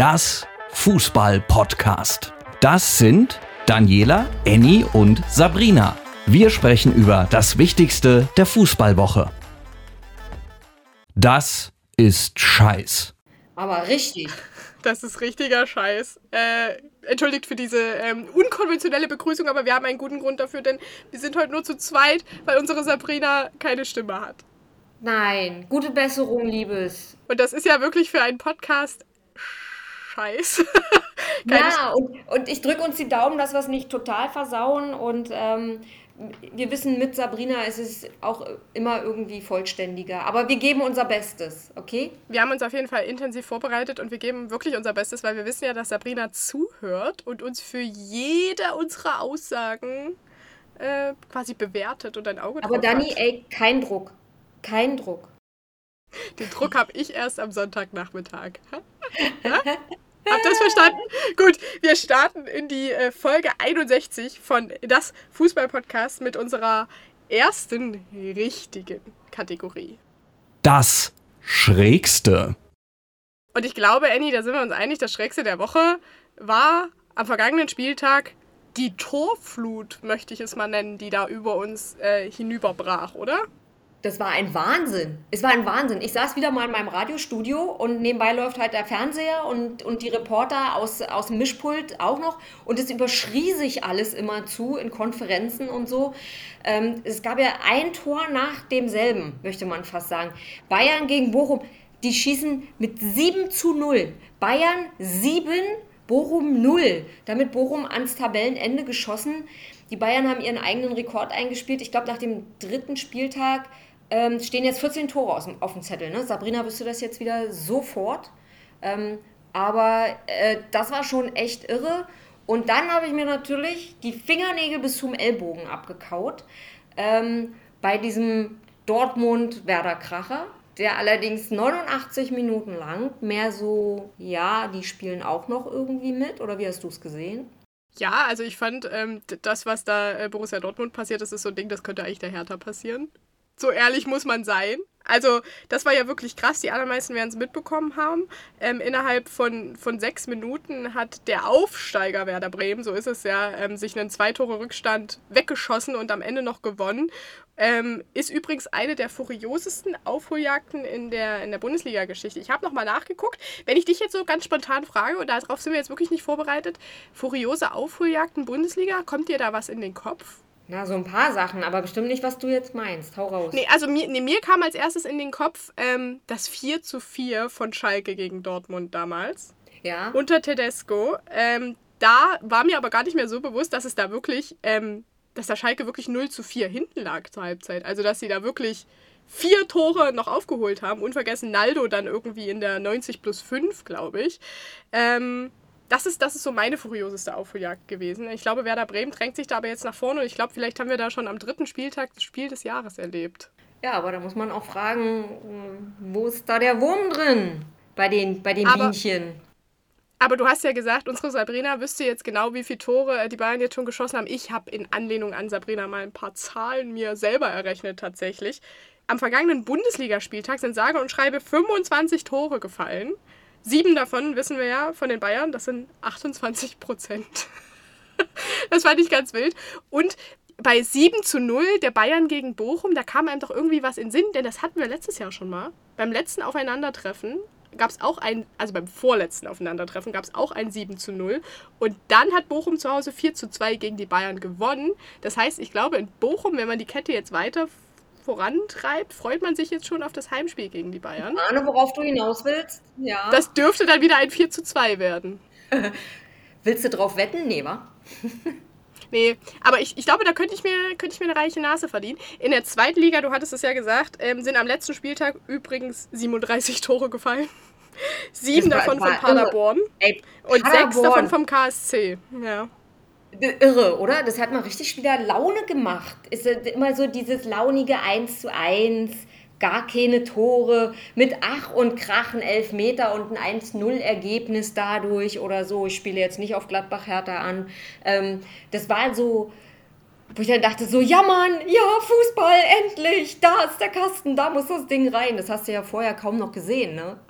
das Fußball-Podcast. Das sind Daniela, Annie und Sabrina. Wir sprechen über das Wichtigste der Fußballwoche. Das ist Scheiß. Aber richtig. Das ist richtiger Scheiß. Entschuldigt für diese unkonventionelle Begrüßung, aber wir haben einen guten Grund dafür, denn wir sind heute nur zu zweit, weil unsere Sabrina keine Stimme hat. Nein, gute Besserung, Liebes. Und das ist ja wirklich für einen Podcast Scheiß. Ja, und ich drücke uns die Daumen, dass wir es nicht total versauen. Und wir wissen, mit Sabrina ist es auch immer irgendwie vollständiger. Aber wir geben unser Bestes, okay? Wir haben uns auf jeden Fall intensiv vorbereitet und wir geben wirklich unser Bestes, weil wir wissen ja, dass Sabrina zuhört und uns für jede unserer Aussagen quasi bewertet und ein Auge drauf Aber Dani, hat. ey, kein Druck. Kein Druck. Den Druck habe ich erst am Sonntagnachmittag. Habt ihr das verstanden? Gut, wir starten in die Folge 61 von das Fußball-Podcast mit unserer ersten richtigen Kategorie. Das Schrägste. Und ich glaube, Annie, da sind wir uns einig, das Schrägste der Woche war am vergangenen Spieltag die Torflut, möchte ich es mal nennen, die da über uns hinüberbrach, oder? Das war ein Wahnsinn. Es war ein Wahnsinn. Ich saß wieder mal in meinem Radiostudio und nebenbei läuft halt der Fernseher und die Reporter aus dem Mischpult auch noch. Und es überschrie sich alles immer zu in Konferenzen und so. Es gab ja ein Tor nach demselben, möchte man fast sagen. Bayern gegen Bochum, die schießen mit 7:0. Bayern 7, Bochum 0. Damit Bochum ans Tabellenende geschossen. Die Bayern haben ihren eigenen Rekord eingespielt. Ich glaube, nach dem 3. Spieltag stehen jetzt 14 Tore auf dem Zettel. Ne? Sabrina, wüsste das jetzt wieder sofort. Aber das war schon echt irre. Und dann habe ich mir natürlich die Fingernägel bis zum Ellbogen abgekaut. Bei diesem Dortmund-Werder-Kracher, der allerdings 89 Minuten lang mehr so, ja, die spielen auch noch irgendwie mit. Oder wie hast du es gesehen? Ja, also ich fand, das, was da Borussia Dortmund passiert ist, ist so ein Ding, das könnte eigentlich der Hertha passieren. So ehrlich muss man sein. Also das war ja wirklich krass. Die allermeisten werden es mitbekommen haben. Innerhalb von 6 Minuten hat der Aufsteiger Werder Bremen, so ist es ja, sich einen 2-Tore-Rückstand weggeschossen und am Ende noch gewonnen. Ist übrigens eine der furiosesten Aufholjagden in der Bundesliga-Geschichte. Ich habe nochmal nachgeguckt. Wenn ich dich jetzt so ganz spontan frage, und darauf sind wir jetzt wirklich nicht vorbereitet, furiose Aufholjagden Bundesliga, kommt dir da was in den Kopf? Na, so ein paar Sachen, aber bestimmt nicht, was du jetzt meinst. Hau raus. Nee, also mir kam als erstes in den Kopf das 4:4 von Schalke gegen Dortmund damals. Ja. Unter Tedesco. Da war mir aber gar nicht mehr so bewusst, dass es da wirklich, dass der Schalke wirklich 0:4 hinten lag zur Halbzeit. Also, dass sie da wirklich 4 Tore noch aufgeholt haben. Unvergessen Naldo dann irgendwie in der 90+5, glaube ich. Das ist so meine furioseste Aufholjagd gewesen. Ich glaube, Werder Bremen drängt sich da aber jetzt nach vorne und ich glaube, vielleicht haben wir da schon am 3. Spieltag das Spiel des Jahres erlebt. Ja, aber da muss man auch fragen, wo ist da der Wurm drin bei den Bienchen? Aber du hast ja gesagt, unsere Sabrina wüsste jetzt genau, wie viele Tore die Bayern jetzt schon geschossen haben. Ich habe in Anlehnung an Sabrina mal ein paar Zahlen mir selber errechnet tatsächlich. Am vergangenen Bundesligaspieltag sind sage und schreibe 25 Tore gefallen. 7 davon, wissen wir ja, von den Bayern, das sind 28%. Das fand ich ganz wild. Und bei 7:0 der Bayern gegen Bochum, da kam einem doch irgendwie was in den Sinn, denn das hatten wir letztes Jahr schon mal. Beim letzten Aufeinandertreffen gab es auch beim vorletzten Aufeinandertreffen gab es auch ein 7:0. Und dann hat Bochum zu Hause 4:2 gegen die Bayern gewonnen. Das heißt, ich glaube, in Bochum, wenn man die Kette jetzt weiter vorantreibt, freut man sich jetzt schon auf das Heimspiel gegen die Bayern. Ich ahne, worauf du hinaus willst. Ja. Das dürfte dann wieder ein 4:2 werden. Willst du drauf wetten? Nee, wa? Nee, aber ich glaube, da könnte ich mir eine reiche Nase verdienen. In der zweiten Liga, du hattest es ja gesagt, sind am letzten Spieltag übrigens 37 Tore gefallen. 7 davon von Paderborn und 6 davon vom KSC. Ja. Irre, oder? Das hat mal richtig wieder Laune gemacht. Ist immer so dieses launige 1:1, gar keine Tore, mit Ach und Krach ein Elfmeter und ein 1:0-Ergebnis dadurch oder so. Ich spiele jetzt nicht auf Gladbach-Hertha an. Das war so, wo ich dann dachte so, ja Mann, ja Fußball, endlich, da ist der Kasten, da muss das Ding rein. Das hast du ja vorher kaum noch gesehen, ne?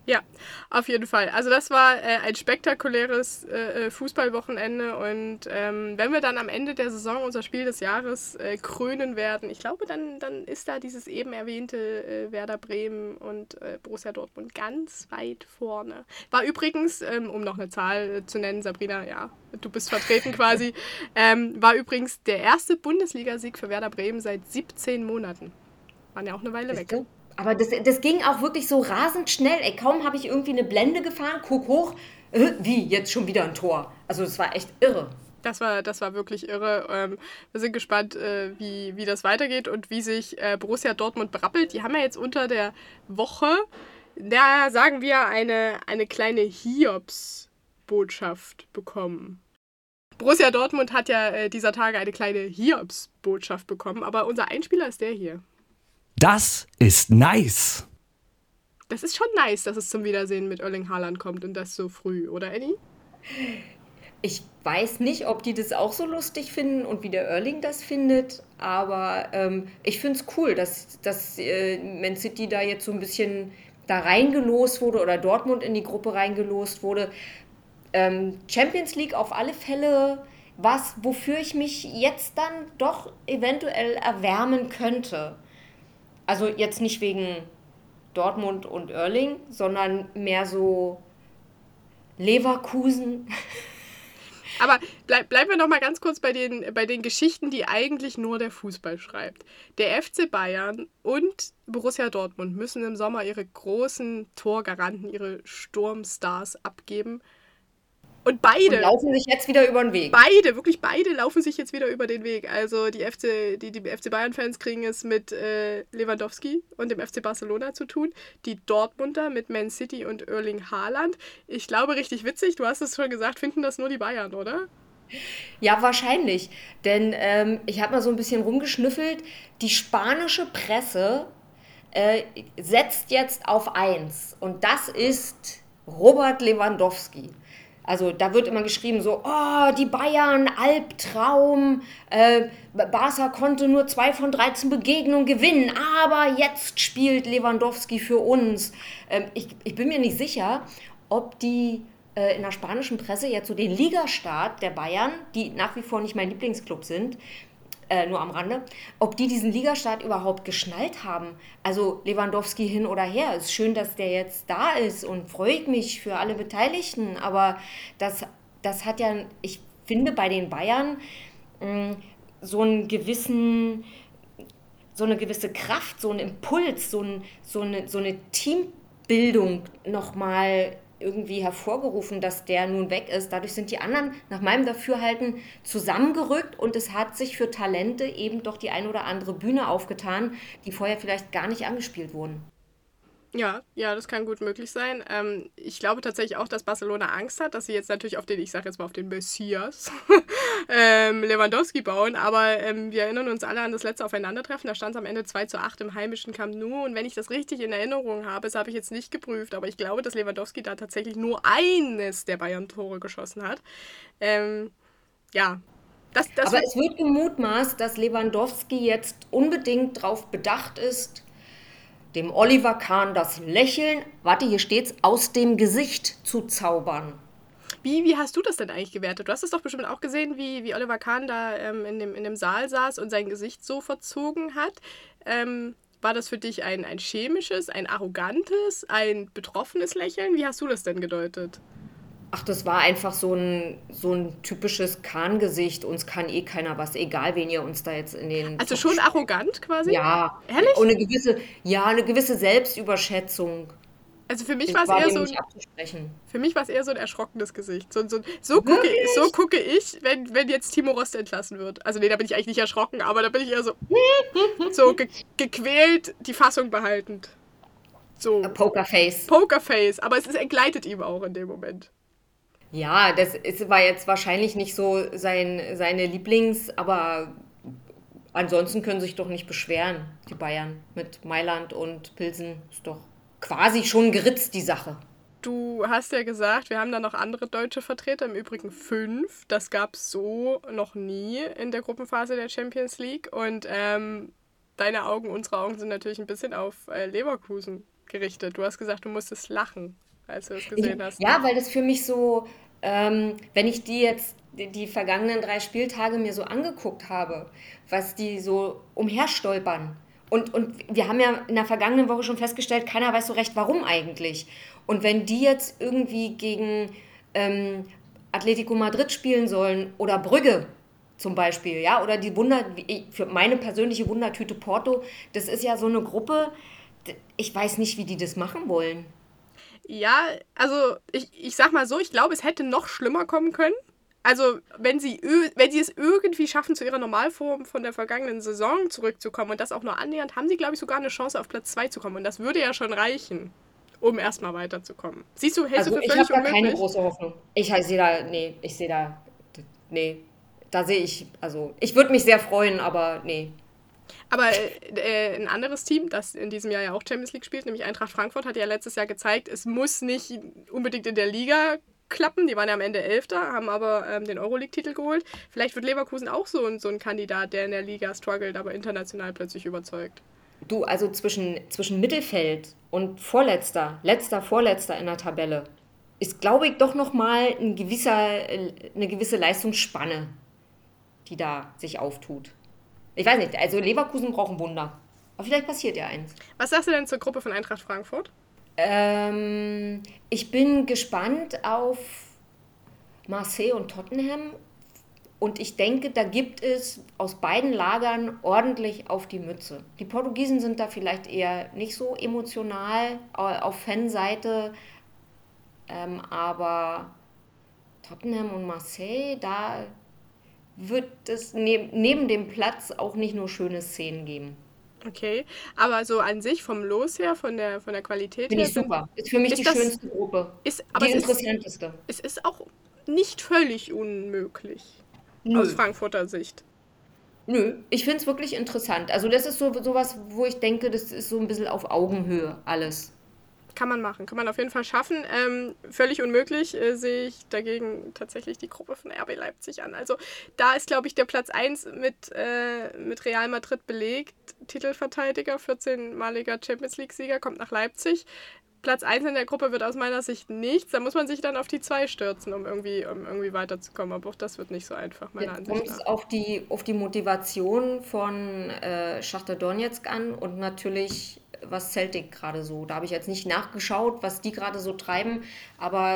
Ja, auf jeden Fall. Also das war ein spektakuläres Fußballwochenende und wenn wir dann am Ende der Saison unser Spiel des Jahres krönen werden, ich glaube, dann ist da dieses eben erwähnte Werder Bremen und Borussia Dortmund ganz weit vorne. War übrigens, um noch eine Zahl zu nennen, Sabrina, ja, du bist vertreten quasi, war übrigens der erste Bundesligasieg für Werder Bremen seit 17 Monaten. Waren ja auch eine Weile weg. Siehst du? Aber das ging auch wirklich so rasend schnell. Ey, kaum habe ich irgendwie eine Blende gefahren, guck hoch, wie, jetzt schon wieder ein Tor. Also das war echt irre. Das war wirklich irre. Wir sind gespannt, wie das weitergeht und wie sich Borussia Dortmund berappelt. Die haben ja jetzt unter der Woche, da sagen wir, eine kleine Hiobs-Botschaft bekommen. Borussia Dortmund hat ja dieser Tage eine kleine Hiobs-Botschaft bekommen, aber unser Einspieler ist der hier. Das ist nice. Das ist schon nice, dass es zum Wiedersehen mit Erling Haaland kommt und das so früh, oder Annie? Ich weiß nicht, ob die das auch so lustig finden und wie der Erling das findet, aber ich finde es cool, dass Man City da jetzt so ein bisschen da reingelost wurde oder Dortmund in die Gruppe reingelost wurde. Champions League auf alle Fälle was, wofür ich mich jetzt dann doch eventuell erwärmen könnte. Also jetzt nicht wegen Dortmund und Erling, sondern mehr so Leverkusen. Aber bleiben wir noch mal ganz kurz bei den Geschichten, die eigentlich nur der Fußball schreibt. Der FC Bayern und Borussia Dortmund müssen im Sommer ihre großen Torgaranten, ihre Sturmstars abgeben. Und beide laufen sich jetzt wieder über den Weg. Wirklich beide laufen sich jetzt wieder über den Weg. Also die FC Bayern-Fans kriegen es mit Lewandowski und dem FC Barcelona zu tun. Die Dortmunder mit Man City und Erling Haaland. Ich glaube, richtig witzig, du hast es schon gesagt, finden das nur die Bayern, oder? Ja, wahrscheinlich. Denn ich habe mal so ein bisschen rumgeschnüffelt. Die spanische Presse setzt jetzt auf eins. Und das ist Robert Lewandowski. Also da wird immer geschrieben so, oh, die Bayern, Albtraum, Barca konnte nur 2 von 13 Begegnungen gewinnen, aber jetzt spielt Lewandowski für uns. Ich bin mir nicht sicher, ob die in der spanischen Presse jetzt so den Ligastart der Bayern, die nach wie vor nicht mein Lieblingsclub sind, nur am Rande, ob die diesen Ligastart überhaupt geschnallt haben. Also Lewandowski hin oder her. Es ist schön, dass der jetzt da ist und freut mich für alle Beteiligten. Aber das hat ja, ich finde, bei den Bayern so eine gewisse Kraft, so einen Impuls, so eine Teambildung nochmal irgendwie hervorgerufen, dass der nun weg ist. Dadurch sind die anderen nach meinem Dafürhalten zusammengerückt und es hat sich für Talente eben doch die ein oder andere Bühne aufgetan, die vorher vielleicht gar nicht angespielt wurden. Ja, das kann gut möglich sein. Ich glaube tatsächlich auch, dass Barcelona Angst hat, dass sie jetzt natürlich auf den Messias Lewandowski bauen, aber wir erinnern uns alle an das letzte Aufeinandertreffen, da stand es am Ende 2:8 im heimischen Camp Nou und wenn ich das richtig in Erinnerung habe, das habe ich jetzt nicht geprüft, aber ich glaube, dass Lewandowski da tatsächlich nur eines der Bayern-Tore geschossen hat. Ja. Aber es wird gemutmaßt, dass Lewandowski jetzt unbedingt darauf bedacht ist, dem Oliver Kahn das Lächeln, hier steht's, aus dem Gesicht zu zaubern. Wie hast du das denn eigentlich gewertet? Du hast es doch bestimmt auch gesehen, wie Oliver Kahn da in dem Saal saß und sein Gesicht so verzogen hat. War das für dich ein chemisches, ein arrogantes, ein betroffenes Lächeln? Wie hast du das denn gedeutet? Ach, das war einfach so ein typisches Kahn-Gesicht. Uns kann eh keiner was, egal wen ihr uns da jetzt in den... Also schon arrogant quasi? Ja. Ehrlich? Und eine gewisse Selbstüberschätzung. Also für mich war es eher so ein erschrockenes Gesicht. So gucke ich, wenn jetzt Timo Rost entlassen wird. Also nee, da bin ich eigentlich nicht erschrocken, aber da bin ich eher so gequält, die Fassung behaltend. So. Pokerface, aber es entgleitet ihm auch in dem Moment. Ja, war jetzt wahrscheinlich nicht so seine aber ansonsten können sie sich doch nicht beschweren, die Bayern. Mit Mailand und Pilsen ist doch quasi schon geritzt, die Sache. Du hast ja gesagt, wir haben da noch andere deutsche Vertreter, im Übrigen 5. Das gab es so noch nie in der Gruppenphase der Champions League. Und unsere Augen sind natürlich ein bisschen auf Leverkusen gerichtet. Du hast gesagt, du musstest lachen, als du es gesehen hast. Ja, weil das für mich so, wenn ich die vergangenen 3 Spieltage mir so angeguckt habe, was die so umherstolpern. Und wir haben ja in der vergangenen Woche schon festgestellt, keiner weiß so recht, warum eigentlich. Und wenn die jetzt irgendwie gegen Atletico Madrid spielen sollen oder Brügge zum Beispiel, ja, oder für meine persönliche Wundertüte Porto, das ist ja so eine Gruppe, ich weiß nicht, wie die das machen wollen. Ja, also ich sag mal so, ich glaube, es hätte noch schlimmer kommen können. Also wenn sie es irgendwie schaffen, zu ihrer Normalform von der vergangenen Saison zurückzukommen und das auch nur annähernd, haben sie, glaube ich, sogar eine Chance, auf Platz 2 zu kommen. Und das würde ja schon reichen, um erstmal weiterzukommen. Hältst du für Also völlig ich habe da keine unmöglich? große Hoffnung. Da sehe ich, also ich würde mich sehr freuen, aber nee. Aber ein anderes Team, das in diesem Jahr ja auch Champions League spielt, nämlich Eintracht Frankfurt, hat ja letztes Jahr gezeigt, es muss nicht unbedingt in der Liga klappen. Die waren ja am Ende Elfter, haben aber den Euroleague-Titel geholt. Vielleicht wird Leverkusen auch so ein Kandidat, der in der Liga struggelt, aber international plötzlich überzeugt. Du, also zwischen Mittelfeld und Vorletzter in der Tabelle ist, glaube ich, doch nochmal eine gewisse Leistungsspanne, die da sich auftut. Ich weiß nicht, also Leverkusen braucht ein Wunder. Aber vielleicht passiert ja eins. Was sagst du denn zur Gruppe von Eintracht Frankfurt? Ich bin gespannt auf Marseille und Tottenham. Und ich denke, da gibt es aus beiden Lagern ordentlich auf die Mütze. Die Portugiesen sind da vielleicht eher nicht so emotional auf Fanseite. Aber Tottenham und Marseille, da wird es neben dem Platz auch nicht nur schöne Szenen geben. Okay, aber so an sich vom Los her, von der Qualität Finde her, ich super. Ist für mich die schönste Gruppe. aber Die interessanteste. es ist auch nicht völlig unmöglich aus Nö. Frankfurter Sicht. Nö, ich finde es wirklich interessant. Also das ist sowas, wo ich denke, das ist so ein bisschen auf Augenhöhe alles. Kann man machen, kann man auf jeden Fall schaffen. Völlig unmöglich sehe ich dagegen tatsächlich die Gruppe von RB Leipzig an. Also da ist, glaube ich, der Platz 1 mit Real Madrid belegt. Titelverteidiger, 14-maliger Champions League-Sieger, kommt nach Leipzig. Platz 1 in der Gruppe wird aus meiner Sicht nichts. Da muss man sich dann auf die 2 stürzen, um irgendwie weiterzukommen. Aber auch das wird nicht so einfach, meiner Jetzt Ansicht kommt es nach. auf die Motivation von Schachtar Donetsk an und natürlich, was Celtic gerade so. Da habe ich jetzt nicht nachgeschaut, was die gerade so treiben, aber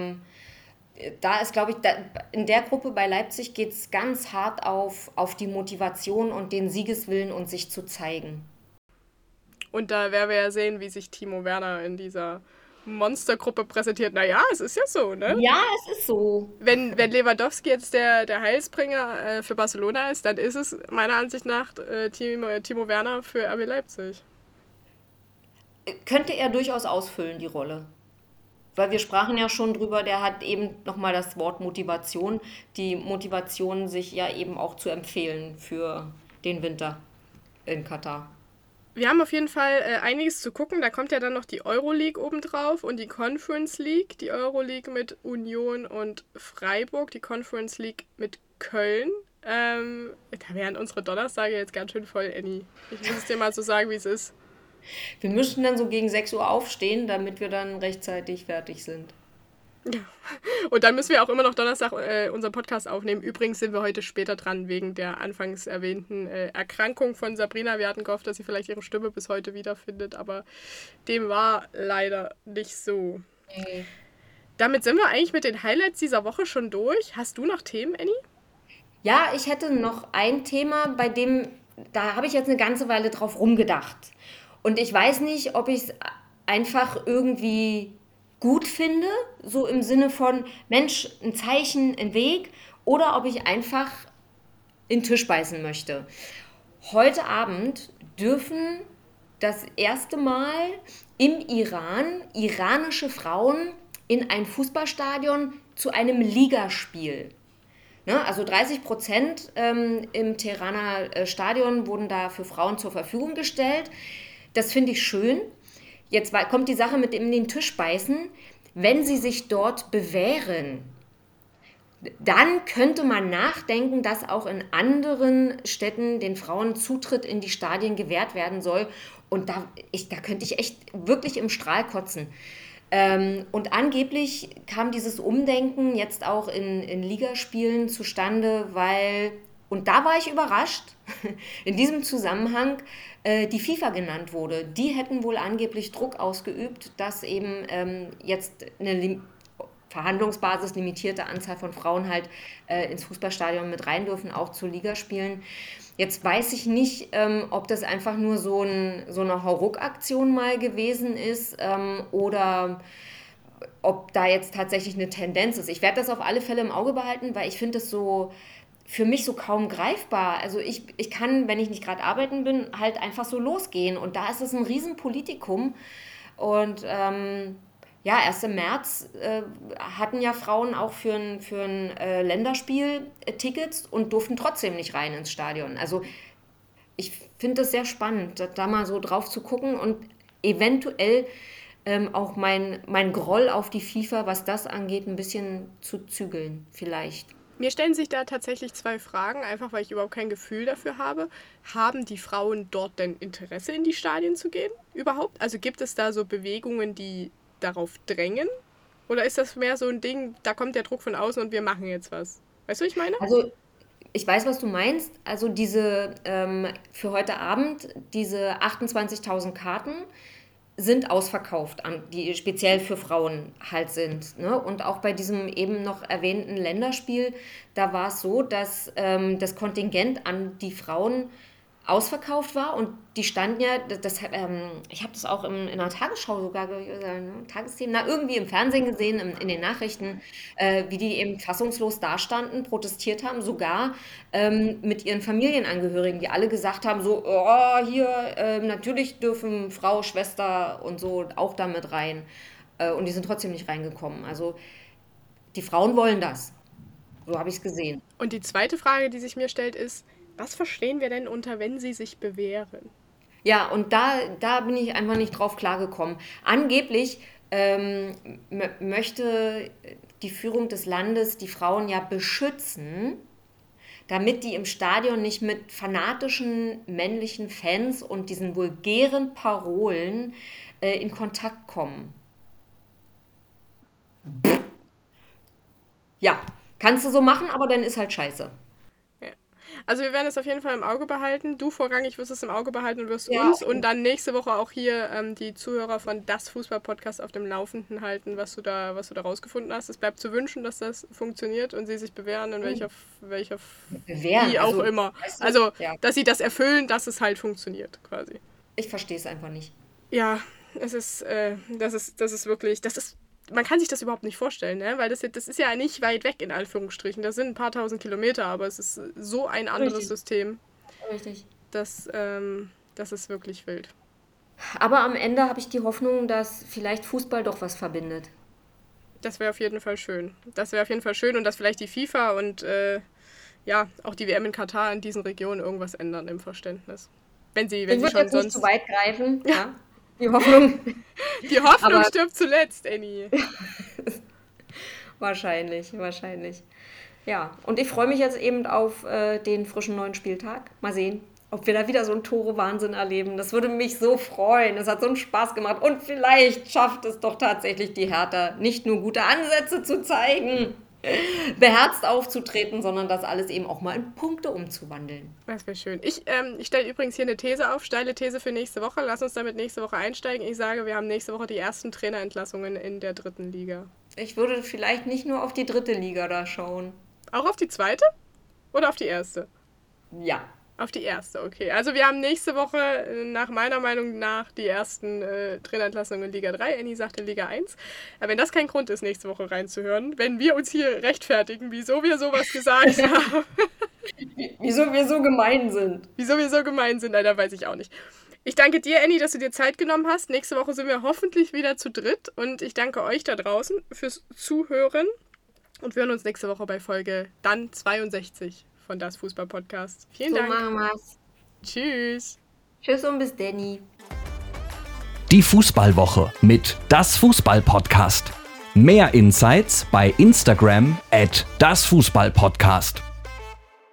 da ist, glaube ich, in der Gruppe bei Leipzig geht es ganz hart auf die Motivation und den Siegeswillen und sich zu zeigen. Und da werden wir ja sehen, wie sich Timo Werner in dieser Monstergruppe präsentiert. Naja, es ist ja so, ne? Ja, es ist so. Wenn Lewandowski jetzt der Heilsbringer für Barcelona ist, dann ist es meiner Ansicht nach Timo Werner für RB Leipzig. Könnte er durchaus ausfüllen, die Rolle. Weil wir sprachen ja schon drüber, der hat eben nochmal das Wort Motivation. Die Motivation, sich ja eben auch zu empfehlen für den Winter in Katar. Wir haben auf jeden Fall einiges zu gucken. Da kommt ja dann noch die Euroleague obendrauf und die Conference League. Die Euroleague mit Union und Freiburg, die Conference League mit Köln. Da wären unsere Donnerstage jetzt ganz schön voll, Annie. Ich muss es dir mal so sagen, wie es ist. Wir müssten dann so gegen 6 Uhr aufstehen, damit wir dann rechtzeitig fertig sind. Ja. Und dann müssen wir auch immer noch Donnerstag unseren Podcast aufnehmen. Übrigens sind wir heute später dran wegen der anfangs erwähnten Erkrankung von Sabrina. Wir hatten gehofft, dass sie vielleicht ihre Stimme bis heute wiederfindet, aber dem war leider nicht so. Nee. Damit sind wir eigentlich mit den Highlights dieser Woche schon durch. Hast du noch Themen, Annie? Ja, ich hätte noch ein Thema, da habe ich jetzt eine ganze Weile drauf rumgedacht. Und ich weiß nicht, ob ich es einfach irgendwie gut finde, so im Sinne von, Mensch, ein Zeichen, ein Weg, oder ob ich einfach in den Tisch beißen möchte. Heute Abend dürfen das erste Mal im Iran iranische Frauen in ein Fußballstadion zu einem Ligaspiel. Ne, also 30% im Teheraner Stadion wurden da für Frauen zur Verfügung gestellt. Das finde ich schön. Jetzt kommt die Sache mit dem in den Tisch beißen. Wenn sie sich dort bewähren, dann könnte man nachdenken, dass auch in anderen Städten den Frauen Zutritt in die Stadien gewährt werden soll. Und da könnte ich echt wirklich im Strahl kotzen. Und angeblich kam dieses Umdenken jetzt auch in Ligaspielen zustande, und da war ich überrascht, in diesem Zusammenhang die FIFA genannt wurde. Die hätten wohl angeblich Druck ausgeübt, dass eben jetzt eine Verhandlungsbasis, limitierte Anzahl von Frauen halt ins Fußballstadion mit rein dürfen, auch zu Ligaspielen. Jetzt weiß ich nicht, ob das einfach nur so eine Hauruck-Aktion mal gewesen ist oder ob da jetzt tatsächlich eine Tendenz ist. Ich werde das auf alle Fälle im Auge behalten, weil ich finde es so für mich so kaum greifbar. Also ich kann, wenn ich nicht gerade arbeiten bin, halt einfach so losgehen. Und da ist es ein Riesenpolitikum. Und erst im März hatten ja Frauen auch für ein Länderspiel Tickets und durften trotzdem nicht rein ins Stadion. Also ich finde es sehr spannend, da mal so drauf zu gucken und eventuell auch mein Groll auf die FIFA, was das angeht, ein bisschen zu zügeln vielleicht. Mir stellen sich da tatsächlich 2 Fragen, einfach weil ich überhaupt kein Gefühl dafür habe. Haben die Frauen dort denn Interesse, in die Stadien zu gehen überhaupt? Also gibt es da so Bewegungen, die darauf drängen? Oder ist das mehr so ein Ding, da kommt der Druck von außen und wir machen jetzt was? Weißt du, was ich meine? Also ich weiß, was du meinst. Also für heute Abend, diese 28.000 Karten sind ausverkauft, die speziell für Frauen halt sind. Ne? Und auch bei diesem eben noch erwähnten Länderspiel, da war es so, dass das Kontingent an die Frauen ausverkauft war und die standen ja, ich habe das auch in einer Tagesschau sogar, Tagesthemen, irgendwie im Fernsehen gesehen, in den Nachrichten, wie die eben fassungslos dastanden, protestiert haben, sogar mit ihren Familienangehörigen, die alle gesagt haben, so, oh, hier, natürlich dürfen Frau, Schwester und so auch da mit rein. Und die sind trotzdem nicht reingekommen. Also die Frauen wollen das. So habe ich es gesehen. Und die zweite Frage, die sich mir stellt, ist, was verstehen wir denn unter, wenn sie sich bewähren? Ja, und da bin ich einfach nicht drauf klargekommen. Angeblich möchte die Führung des Landes die Frauen ja beschützen, damit die im Stadion nicht mit fanatischen männlichen Fans und diesen vulgären Parolen in Kontakt kommen. Ja, kannst du so machen, aber dann ist halt scheiße. Also wir werden es auf jeden Fall im Auge behalten. Du vorrangig wirst es im Auge behalten und wirst uns und dann nächste Woche auch hier die Zuhörer von Das Fußball-Podcast auf dem Laufenden halten, was du da rausgefunden hast. Es bleibt zu wünschen, dass das funktioniert und sie sich bewähren, in welcher wie auch immer. Weißt du? Also, dass sie das erfüllen, dass es halt funktioniert, quasi. Ich verstehe es einfach nicht. Ja, das ist wirklich, man kann sich das überhaupt nicht vorstellen, ne? Weil das ist ja nicht weit weg, in Anführungsstrichen. Das sind ein paar tausend Kilometer, aber es ist so ein anderes System. Richtig. Das ist wirklich wild. Aber am Ende habe ich die Hoffnung, dass vielleicht Fußball doch was verbindet. Das wäre auf jeden Fall schön. Und dass vielleicht die FIFA und auch die WM in Katar in diesen Regionen irgendwas ändern im Verständnis. Wenn sie schon jetzt nicht zu weit greifen, ja. Die Hoffnung stirbt zuletzt, Annie. Wahrscheinlich. Ja, und ich freue mich jetzt eben auf den frischen neuen Spieltag. Mal sehen, ob wir da wieder so einen Tore-Wahnsinn erleben. Das würde mich so freuen. Es hat so einen Spaß gemacht. Und vielleicht schafft es doch tatsächlich die Hertha, nicht nur gute Ansätze zu zeigen, beherzt aufzutreten, sondern das alles eben auch mal in Punkte umzuwandeln. Das wäre schön. Ich stelle übrigens hier eine These auf, steile These für nächste Woche. Lass uns damit nächste Woche einsteigen. Ich sage, wir haben nächste Woche die ersten Trainerentlassungen in der 3. Liga. Ich würde vielleicht nicht nur auf die 3. Liga da schauen. Auch auf die 2. oder auf die 1.? Ja. Auf die 1., okay. Also wir haben nächste Woche nach meiner Meinung nach die ersten Trainerentlassungen in Liga 3. Annie sagte Liga 1. Aber wenn das kein Grund ist, nächste Woche reinzuhören, wenn wir uns hier rechtfertigen, wieso wir sowas gesagt haben. Wieso wir so gemein sind. Leider weiß ich auch nicht. Ich danke dir, Annie, dass du dir Zeit genommen hast. Nächste Woche sind wir hoffentlich wieder zu dritt. Und ich danke euch da draußen fürs Zuhören. Und wir hören uns nächste Woche bei Folge dann 62. Von Das Fußball-Podcast. Vielen Dank. So machen wir's. Tschüss. Tschüss und bis Danny. Die Fußballwoche mit Das Fußball-Podcast. Mehr Insights bei Instagram @dasfußballpodcast.